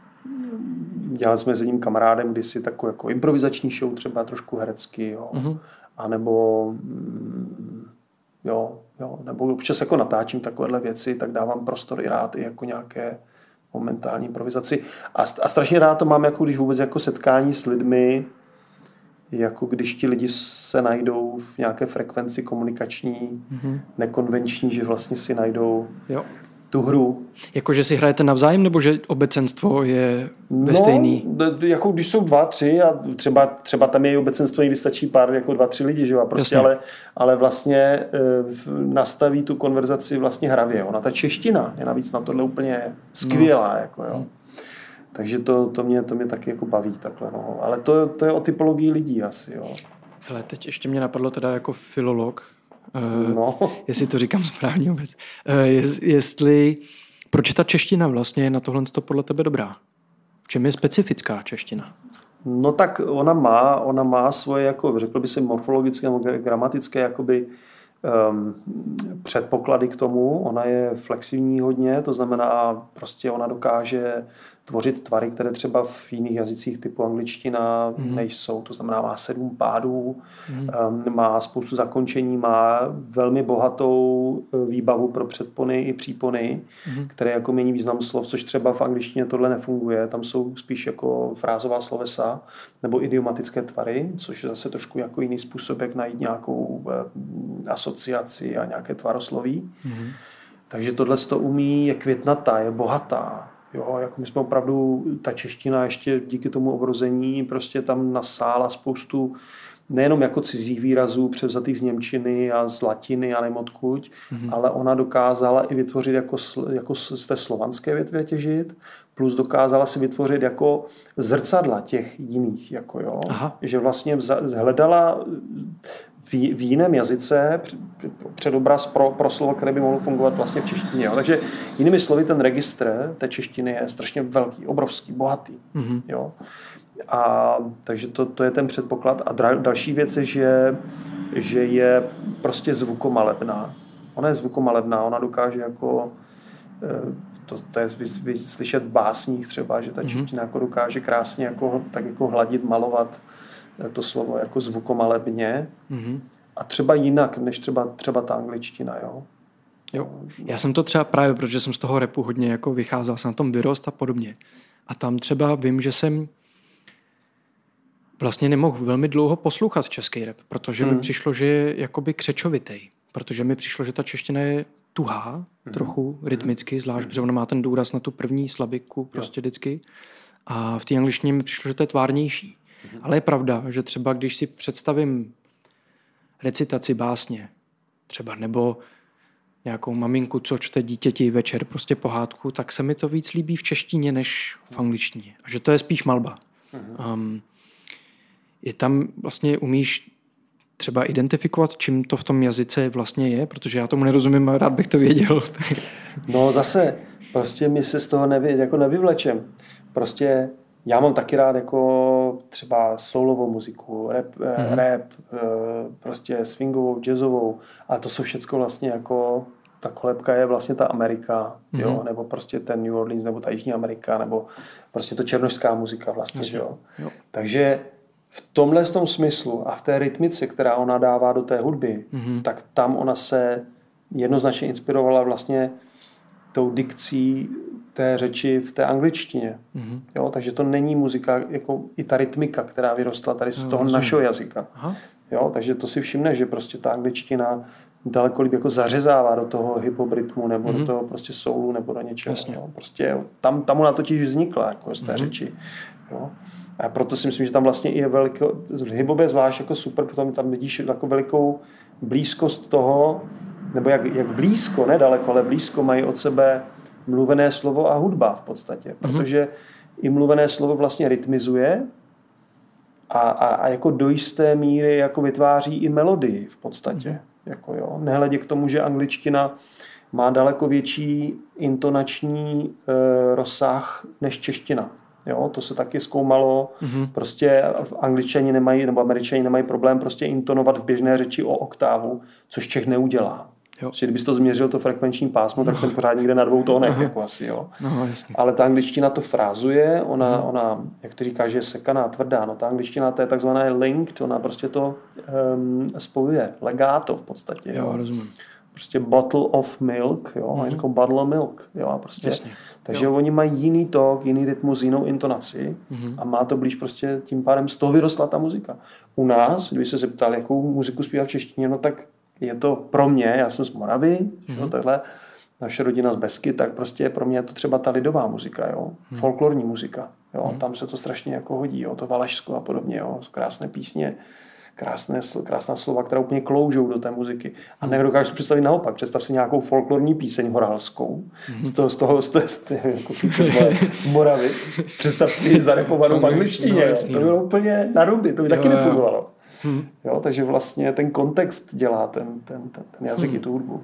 dělali jsme s jedním kamarádem kdysi takovou jako improvizační show, třeba trošku herecky, jo. Mm. A nebo mm, jo, jo, nebo občas jako natáčím takovéhle věci, tak dávám prostor i rád i jako nějaké momentální improvizaci. A, a strašně rád to mám, jako když vůbec jako setkání s lidmi, jako když ti lidi se najdou v nějaké frekvenci komunikační, mm-hmm. nekonvenční, že vlastně si najdou jo. tu hru. Jako, že si hrajete navzájem, nebo že obecenstvo je ve stejný? No, jako když jsou dva, tři a třeba, třeba tam je obecenstvo, někdy stačí pár, jako dva, tři lidi, že jo, a prostě, ale, ale vlastně e, nastaví tu konverzaci vlastně hravě. Ona ta čeština je navíc na tohle úplně skvělá, no. jako jo. Takže to, to, mě, to mě taky jako baví takhle, no. Ale to, to je o typologii lidí asi, jo. Hele, teď ještě mě napadlo teda jako filolog, Uh, no. jestli to říkám správně vůbec. Uh, jest, jestli, proč je ta čeština vlastně na tohle podle tebe dobrá? V čem je specifická čeština? No tak ona má, ona má svoje, jako řekl by se morfologické nebo gramatické jakoby um, předpoklady k tomu. Ona je flexivní hodně, to znamená, prostě ona dokáže tvořit tvary, které třeba v jiných jazycích typu angličtina mm. nejsou. To znamená, má sedm pádů, mm. um, má spoustu zakončení, má velmi bohatou výbavu pro předpony i přípony, mm. které jako mění význam slov, což třeba v angličtině tohle nefunguje. Tam jsou spíš jako frázová slovesa nebo idiomatické tvary, což je zase trošku jako jiný způsob, jak najít nějakou um, asociaci a nějaké tvarosloví. Mm. Takže tohle to umí, je květnatá, je bohatá. Jo, jako my jsme opravdu, ta čeština ještě díky tomu obrození prostě tam nasála spoustu nejenom jako cizích výrazů převzatých z němčiny a z latiny a nevím odkud, mm-hmm. ale ona dokázala i vytvořit jako, jako z té slovanské větvě těžit, plus dokázala si vytvořit jako zrcadla těch jiných, jako jo, Aha. že vlastně hledala v, v jiném jazyce předobraz pro, pro slovo, které by mohlo fungovat vlastně v češtině. Jo. Takže jinými slovy ten registr té češtiny je strašně velký, obrovský, bohatý. Mm-hmm. Jo. A takže to, to je ten předpoklad. A dra, další věc je, že, že je prostě zvukomalebná. Ona je zvukomalebná, ona dokáže jako to, to je slyšet v básních třeba, že ta čeština mm-hmm. jako dokáže krásně jako, tak jako hladit, malovat to slovo jako zvukomalebně mm-hmm. a třeba jinak, než třeba, třeba ta angličtina, jo. Jo. Já jsem to třeba právě, protože jsem z toho rapu hodně jako vycházel, jsem na tom vyrost a podobně. A tam třeba vím, že jsem vlastně nemohl velmi dlouho poslouchat český rap, protože mm. mi přišlo, že je jakoby křečovitej. Protože mi přišlo, že ta čeština je tuhá, mm. trochu rytmicky, zvlášť, mm. protože ona má ten důraz na tu první slabiku prostě vždycky. A v té angličtině mi přišlo, že to je tvárnější. Mm. Ale je pravda, že třeba když si představím recitaci básně třeba, nebo nějakou maminku, co čte dítěti večer, prostě pohádku, tak se mi to víc líbí v češtině než v angličtině. A že to je spíš malba. Mm. Um, je tam vlastně, umíš třeba identifikovat, čím to v tom jazyce vlastně je, protože já tomu nerozumím a rád bych to věděl. No zase, prostě my se z toho nevy, jako nevyvlečem. Prostě já mám taky rád jako třeba soulovou muziku, rap, mm-hmm. rap prostě swingovou, jazzovou, ale to jsou všecko vlastně jako, ta kolébka je vlastně ta Amerika, mm-hmm. jo, nebo prostě ten New Orleans, nebo ta Jižní Amerika, nebo prostě to černošská muzika vlastně, jo. jo. Takže v tomhle tom smyslu a v té rytmice, která ona dává do té hudby, mm-hmm. tak tam ona se jednoznačně inspirovala vlastně tou dikcí té řeči v té angličtině. Mm-hmm. Jo, takže to není muzika, jako i ta rytmika, která vyrostla tady z toho no, našeho jazyka. Aha. Jo, takže to si všimne, že prostě ta angličtina daleko líp jako zařezává do toho hip-hop rytmu nebo mm-hmm. do toho prostě soulu nebo do něčeho. Jo. Prostě tam, tam ona totiž vznikla jako z té mm-hmm. řeči. Jo. A proto si myslím, že tam vlastně je velikou, hip-hop je zvlášť jako super, protože tam vidíš jako velikou blízkost toho, nebo jak, jak blízko, ne daleko, ale blízko mají od sebe mluvené slovo a hudba v podstatě. Protože mm-hmm. i mluvené slovo vlastně rytmizuje a, a, a jako do jisté míry jako vytváří i melodii v podstatě. Mm-hmm. Jako jo. Nehledě k tomu, že angličtina má daleko větší intonační e, rozsah než čeština. Jo, to se taky zkoumalo. Mm-hmm. Prostě v angličani nemají, nebo američani nemají problém prostě intonovat v běžné řeči o oktávu, což Čech neudělá. Prostě, kdybys to změřil to frekvenční pásmo, tak no. jsem pořád někde na dvou tónech. No. Jako asi, jo. No, ale ta angličtina to frázuje, ona, mm. ona, jak ty říkáš, že je sekaná, tvrdá. No, ta angličtina to je takzvané linked, ona prostě to um, spojuje. Legato v podstatě. Jo, jo. Rozumím. Prostě bottle of milk, jo, mm. jako bottle of milk, jo, a prostě. Jasně. Takže jo. oni mají jiný tók, jiný rytmus, jinou intonaci mm. a má to blíž prostě tím pádem z toho vyrostla ta muzika. U nás, kdyby se zeptal, jakou muziku zpívá v češtině, no tak je to pro mě, já jsem z Moravy, mm. že, takhle, naše rodina z Besky, tak prostě pro mě je to třeba ta lidová muzika, jo, mm. folklorní muzika, jo, mm. tam se to strašně jako hodí, jo, to Valašsko a podobně, jo, krásné písně, krásné, krásná slova, která úplně kloužou do té muziky. A nedokážu si představit naopak. Představ si nějakou folklorní píseň horálskou mm-hmm. z toho, z toho, z toho, z toho jako z Moravy. Představ si ji zarepovanou v angličtině. No, to bylo úplně na ruby, to by jo, taky nefungovalo. Hmm. Jo, takže vlastně ten kontext dělá ten, ten, ten, ten jazyk hmm. i tu hudbu.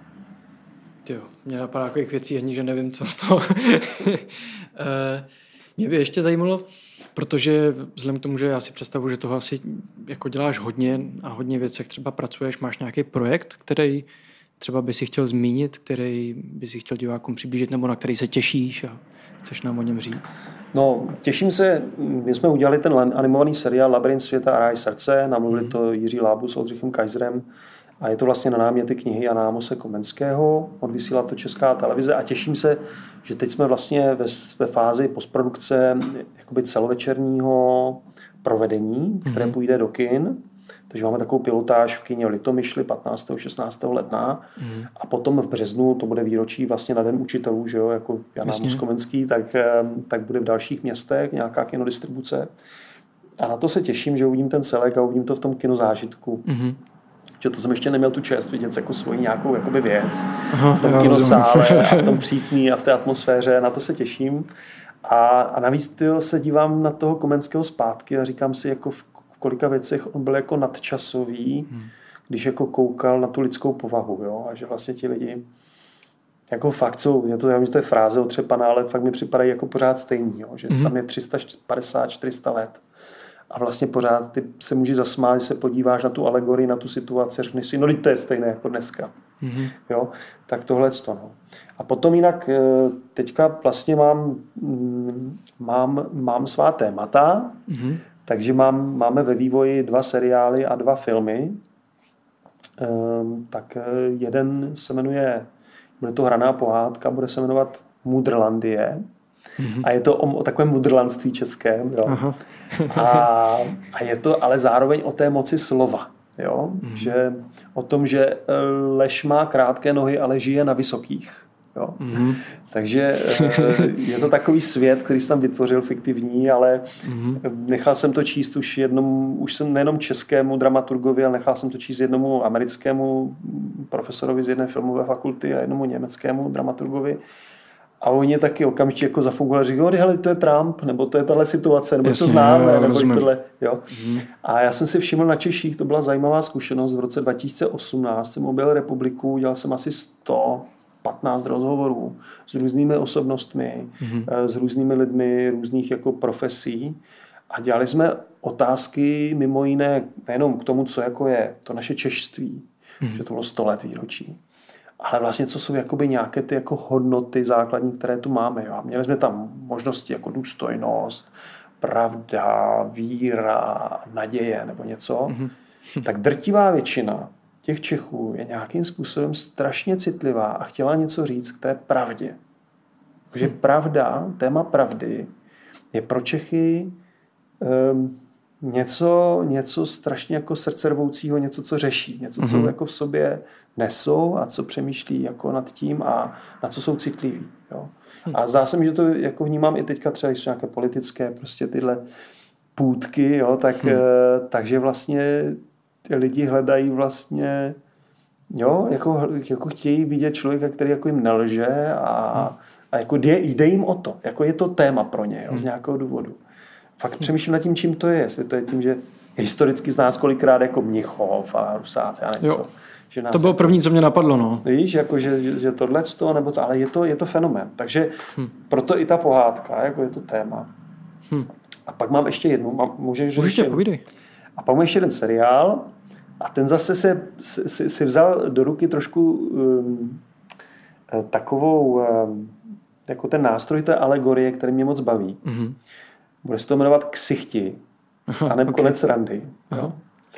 Jo, mě napadá takových věcí ani, že nevím, co z toho. Mě by ještě zajímalo, protože vzhledem k tomu, že já si představuji, že toho asi jako děláš hodně a hodně věcech třeba pracuješ, máš nějaký projekt, který třeba by si chtěl zmínit, který by si chtěl divákům přiblížit, nebo na který se těšíš a chceš nám o něm říct? No, těším se, my jsme udělali ten animovaný seriál Labyrint světa a ráj srdce, namluvili mm. to Jiří Lábu s Oldřichem Kaiserem a je to vlastně na náměty knihy Jana Amose Komenského, odvysílá to Česká televize a těším se, že teď jsme vlastně ve, ve fázi postprodukce jakoby celovečerního provedení, které mm. půjde do kin. Takže máme takovou pilotáž v kině v Litomyšli patnáctého šestnáctého ledna mm. a potom v březnu, to bude výročí vlastně na Den učitelů, že jo, jako Jan Amos Komenský, tak, tak bude v dalších městech nějaká kinodistribuce. A na to se těším, že uvidím ten celek a uvidím to v tom kinozážitku. Mm. Že to jsem ještě neměl tu čest vidět jako svoji nějakou jakoby věc Aha, v tom kinosále a v tom přítmí a v té atmosféře. Na to se těším. A, a navíc tyjo, se dívám na toho Komenského zpátky a říkám si, jako v kolika věcech on byl jako nadčasový, hmm. když jako koukal na tu lidskou povahu, jo, a že vlastně ti lidi jako fakt jsou, je to, já vím, že to je fráze otřepaná, ale fakt mi připadají jako pořád stejný, jo, že hmm. tam je tři sta padesát čtyři sta let a vlastně pořád ty se můžeš zasmát, když se podíváš na tu alegorii, na tu situaci, řekneš si, no to je stejné jako dneska, hmm. jo, tak tohle to, no. A potom jinak teďka vlastně mám, mám, mám svá témata, hmm. Takže mám, máme ve vývoji dva seriály a dva filmy. Ehm, tak jeden se jmenuje, bude to hraná pohádka, bude se jmenovat Mudrlandie. Mm-hmm. A je to o, o takovém mudrlandství českém. Jo. a, a je to ale zároveň o té moci slova. Jo? Mm-hmm. Že, o tom, že lež má krátké nohy, ale žije na vysokých. Jo. Mm-hmm. Takže je to takový svět, který jsem tam vytvořil fiktivní, ale mm-hmm. nechal jsem to číst už jednom, už jsem nejenom českému dramaturgovi, ale nechal jsem to číst jednomu americkému profesorovi z jedné filmové fakulty a jednomu německému dramaturgovi. A oni taky okamžitě jako zafungovali, říkali, hele, to je Trump, nebo to je tahle situace, nebo Jasně, to známe, jo, nebo tohle. Jo. Mm-hmm. A já jsem si všiml na Češích, to byla zajímavá zkušenost, v roce dva tisíce osmnáct jsem objel republiku, dělal jsem asi sto patnáct rozhovorů s různými osobnostmi, mm-hmm. s různými lidmi různých jako profesí a dělali jsme otázky mimo jiné nejenom k tomu, co jako je to naše češství, mm-hmm. že to bylo sto let výročí, ale vlastně co jsou jakoby nějaké ty jako hodnoty základní, které tu máme. Jo. Měli jsme tam možnosti jako důstojnost, pravda, víra, naděje nebo něco. Mm-hmm. Tak drtivá většina těch Čechů je nějakým způsobem strašně citlivá a chtěla něco říct k té pravdě. Takže hmm. pravda, téma pravdy je pro Čechy um, něco, něco strašně jako srdcervoucího, něco, co řeší, něco, co hmm. jako v sobě nesou a co přemýšlí jako nad tím a na co jsou citliví. Jo. Hmm. A zdá se mi, že to jako vnímám i teďka třeba, když jsou nějaké politické prostě tyhle půtky, jo, tak, hmm. takže vlastně lidi hledají vlastně, jo, jako, jako chtějí vidět člověka, který jako jim nelže a, hmm. a jako jde, jde jim o to. Jako je to téma pro ně, jo, z nějakého důvodu. Fakt přemýšlím nad tím, čím to je. Jestli to je tím, že historicky z nás kolikrát jako Mnichov a Rusáci a něco. Že nás to bylo jako, první, co mě napadlo, no. Víš, jako, že, že, že tohle to, nebo to, ale je to, je to fenomén. Takže hmm. proto i ta pohádka, jako je to téma. Hmm. A pak mám ještě jednu. Mám, můžeš Můžeš povídej. A pak mám ještě jeden seriál a ten zase se, si, si vzal do ruky trošku um, takovou um, jako ten nástroj té alegorie, který mě moc baví. Mm-hmm. Bude se to jmenovat Ksichti a nebo okay. Konec randy. Jo?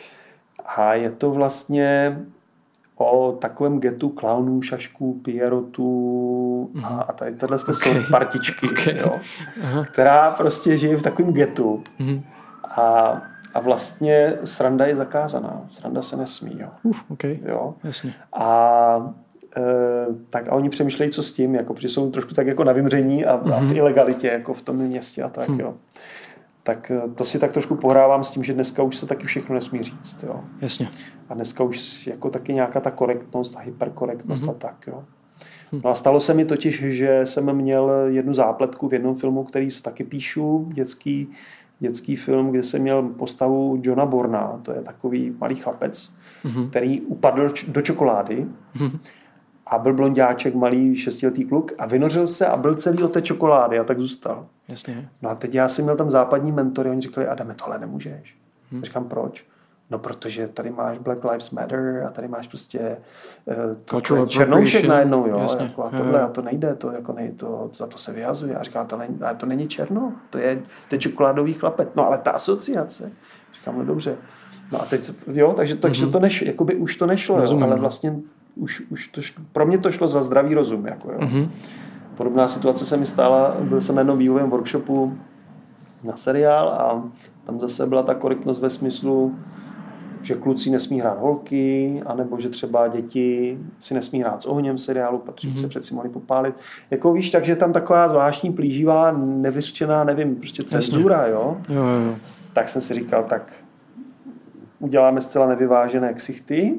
A je to vlastně o takovém getu klaunů, šašků, pierotů mm-hmm. a tady tahle okay. jsou partičky, okay. jo? která prostě žije v takovém getu. Mm-hmm. A A vlastně sranda je zakázaná. Sranda se nesmí. Jo. Uf, okay. jo. Jasně. A, e, tak a oni přemýšlejí, co s tím, jako, protože jsou trošku tak jako na vymření a, mm-hmm. a v ilegalitě jako v tom městě a tak. Mm. Jo. Tak to si tak trošku pohrávám s tím, že dneska už se taky všechno nesmí říct. Jo. Jasně. A dneska už jako taky nějaká ta korektnost a hyperkorektnost mm-hmm. a tak. Jo. No a stalo se mi totiž, že jsem měl jednu zápletku v jednom filmu, který se taky píšu, dětský dětský film, kde jsem měl postavu Johna Borna, to je takový malý chlapec, mm-hmm. který upadl do čokolády mm-hmm. a byl blonďáček, malý šestiletý kluk a vynořil se a byl celý od té čokolády a tak zůstal. Jasně. No a teď já jsem měl tam západní mentory, oni říkali, Adame, tohle nemůžeš. Hmm. Říkám, proč? No, protože tady máš Black Lives Matter a tady máš prostě uh, černoušek najednou, jo, jako, a tohle, a to nejde, to, jako nej, to, za to se vyhazuje. A říkám, to není, to není černo, to je, to je čokoládový chlapec. No, ale ta asociace. Říkám, no dobře. No a teď, jo, takže, takže mm-hmm. to nešlo, jakoby už to nešlo, jo, ale vlastně už, už to šlo, pro mě to šlo za zdravý rozum, jako jo. Mm-hmm. Podobná situace se mi stala, byl jsem na jednom vývojovém workshopu na seriál a tam zase byla ta korektnost ve smyslu, že kluci nesmí hrát holky, anebo že třeba děti si nesmí hrát s ohněm v seriálu, protože mm-hmm. se přeci mohli popálit. Jako víš, takže tam taková zvláštní plíživá, nevyřčená, nevím, prostě cenzura, jo? Jo, jo, jo. Tak jsem si říkal, tak uděláme zcela nevyvážené ksichty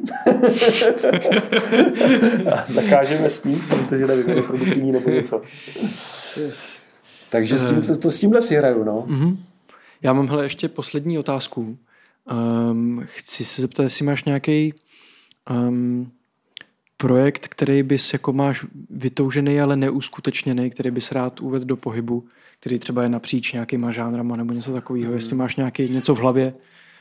a zakážeme smích, protože nevím, je produktivní nebo něco. Yes. Takže s tím, to, to s tímhle si hraju, no. Mm-hmm. Já mám hele, ještě poslední otázku. Um, chci se zeptat, jestli máš nějaký um, projekt, který bys jako máš vytoužený, ale neuskutečněný, který bys rád uvedl do pohybu, který třeba je napříč nějakýma žánrama nebo něco takového. Hmm. Jestli máš nějaký něco v hlavě?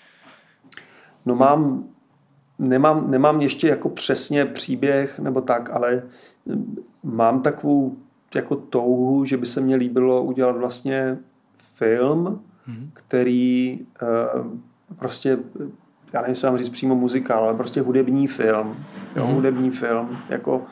No mám, nemám, nemám ještě jako přesně příběh nebo tak, ale mám takovou jako touhu, že by se mně líbilo udělat vlastně film, hmm. který uh, prostě, já nevím, jestli vám říct přímo muzikál, ale prostě hudební film. Jo, mm. hudební film. Jako,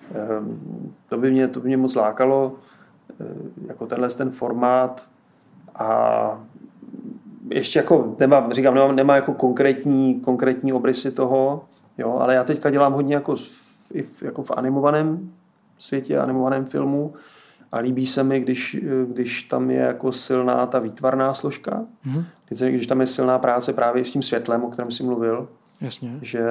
to, by mě, to by mě moc lákalo, jako tenhle ten formát a ještě jako, nemá, říkám, nemá, nemá jako konkrétní, konkrétní obrysy toho, jo, ale já teďka dělám hodně jako v, jako v animovaném světě, animovaném filmu. A líbí se mi, když, když tam je jako silná ta výtvarná složka, mm-hmm. když tam je silná práce právě s tím světlem, o kterém jsi mluvil. Jasně. Že,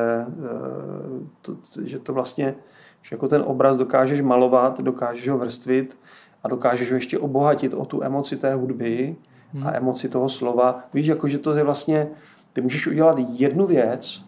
to, že to vlastně, že jako ten obraz dokážeš malovat, dokážeš ho vrstvit a dokážeš ho ještě obohatit o tu emoci té hudby mm-hmm. a emoci toho slova. Víš, jako, že to je vlastně, ty můžeš udělat jednu věc,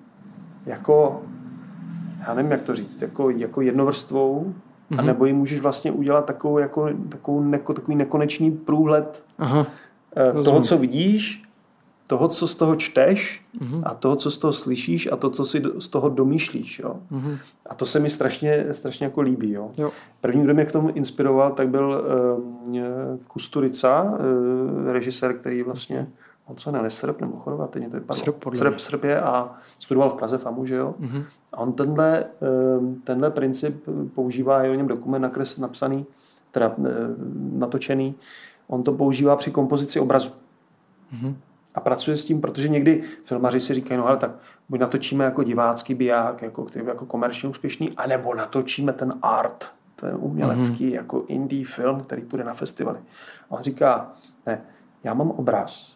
jako, já nevím, jak to říct, jako, jako jednovrstvou, a nebo ji můžeš vlastně udělat takovou, jako, takovou neko, takový nekonečný průhled Aha, toho, co vidíš, toho, co z toho čteš uh-huh. a toho, co z toho slyšíš a to, co si z toho domýšlíš. Jo. Uh-huh. A to se mi strašně, strašně jako líbí. Jo. Jo. První, kdo mě k tomu inspiroval, tak byl uh, Kusturica, uh, režisér, který vlastně on co ne, Srb nebo Chorvat, teď to vypadlo. Srb, Srb, Srb je a studoval v Praze FAMU, že jo. Uh-huh. A on tenhle, tenhle princip používá, je o něm dokument nakres, napsaný, teda natočený, on to používá při kompozici obrazu. Uh-huh. A pracuje s tím, protože někdy filmaři si říkají, no hele, tak buď natočíme jako divácký biják, jako, který je jako komerčně úspěšný, anebo natočíme ten art, ten umělecký, uh-huh. jako indie film, který půjde na festivaly. A on říká, ne, já mám obraz.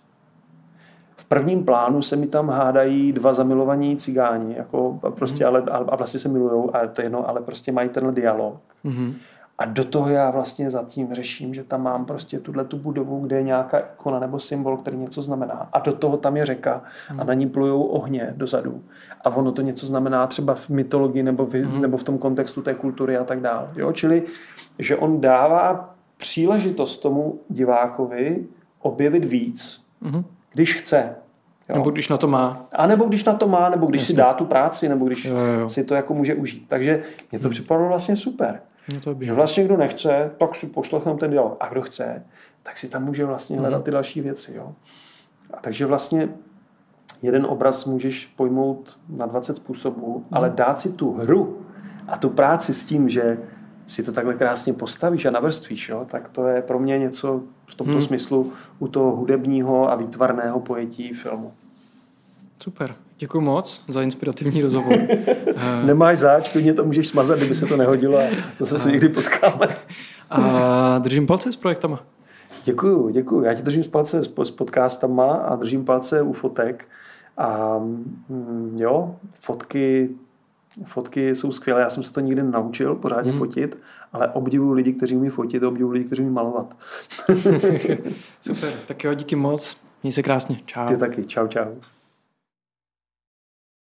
V prvním plánu se mi tam hádají dva zamilovaní cigáni, jako prostě, mm. ale, a vlastně se milujou, a to je jedno, ale prostě mají tenhle dialog. Mm. A do toho já vlastně zatím řeším, že tam mám prostě tuhle tu budovu, kde je nějaká ikona nebo symbol, který něco znamená. A do toho tam je řeka mm. a na ní plujou ohně dozadu. A ono to něco znamená třeba v mytologii nebo v, mm. nebo v tom kontextu té kultury a tak dále. Jo? Čili, že on dává příležitost tomu divákovi objevit víc. Mm. Když chce. Jo. Nebo když na to má. A nebo když na to má, nebo když Jasně. si dá tu práci, nebo když jo, jo. si to jako může užít. Takže mě to hmm. připadalo vlastně super. To že vlastně kdo nechce, tak si pošlechnou ten dialog. A kdo chce, tak si tam může vlastně hledat hmm. ty další věci. Jo. A takže vlastně jeden obraz můžeš pojmout na dvacet způsobů, hmm. ale dát si tu hru a tu práci s tím, že si to takhle krásně postavíš a navrstvíš, jo, tak to je pro mě něco v tomto hmm. smyslu u toho hudebního a výtvarného pojetí filmu. Super. Děkuji moc za inspirativní rozhovor. Nemáš zač, klidně to můžeš smazat, kdyby se to nehodilo a zase se někdy potkáme. A držím palce s projektama. Děkuju, děkuju. Já ti držím palce s podcastama a držím palce u fotek. A mm, jo, fotky... Fotky jsou skvělé, já jsem se to nikdy nenaučil pořádně mm. fotit, ale obdivuju lidi, kteří umí fotit a obdivuju lidi, kteří umí malovat. Super, tak jo, díky moc. Měj se krásně. Čau. Ty taky. Čau, čau.